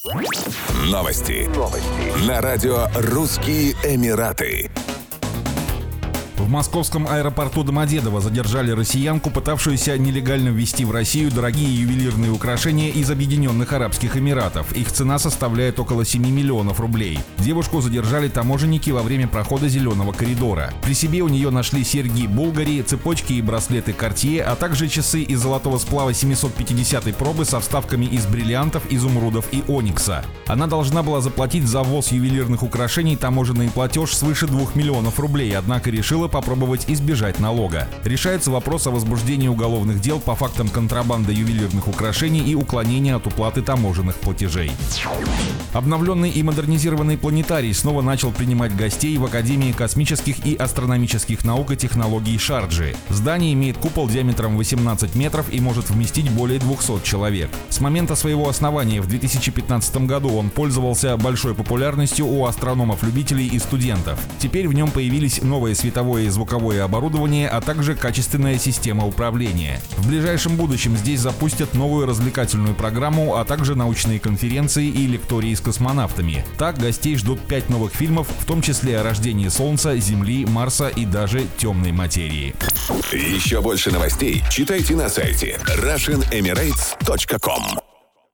Новости. На радио «Русские Эмираты». В московском аэропорту Домодедово задержали россиянку, пытавшуюся нелегально ввезти в Россию дорогие ювелирные украшения из Объединенных Арабских Эмиратов. Их цена составляет около 7 миллионов рублей. Девушку задержали таможенники во время прохода зеленого коридора. При себе у нее нашли серьги Булгари, цепочки и браслеты Cartier, а также часы из золотого сплава 750 пробы со вставками из бриллиантов, изумрудов и оникса. Она должна была заплатить за ввоз ювелирных украшений таможенный платеж свыше 2 миллионов рублей, однако решила попробовать избежать налога. Решается вопрос о возбуждении уголовных дел по фактам контрабанды ювелирных украшений и уклонения от уплаты таможенных платежей. Обновленный и модернизированный планетарий снова начал принимать гостей в Академии космических и астрономических наук и технологий Шарджи. Здание имеет купол диаметром 18 метров и может вместить более 200 человек. С момента своего основания в 2015 году он пользовался большой популярностью у астрономов-любителей и студентов. Теперь в нем появились новое световое и звуковое оборудование, а также качественная система управления. В ближайшем будущем здесь запустят новую развлекательную программу, а также научные конференции и лектории с космонавтами. Так гостей ждут 5 новых фильмов, в том числе о рождении Солнца, Земли, Марса и даже темной материи. Еще больше новостей читайте на сайте RussianEmirates.com.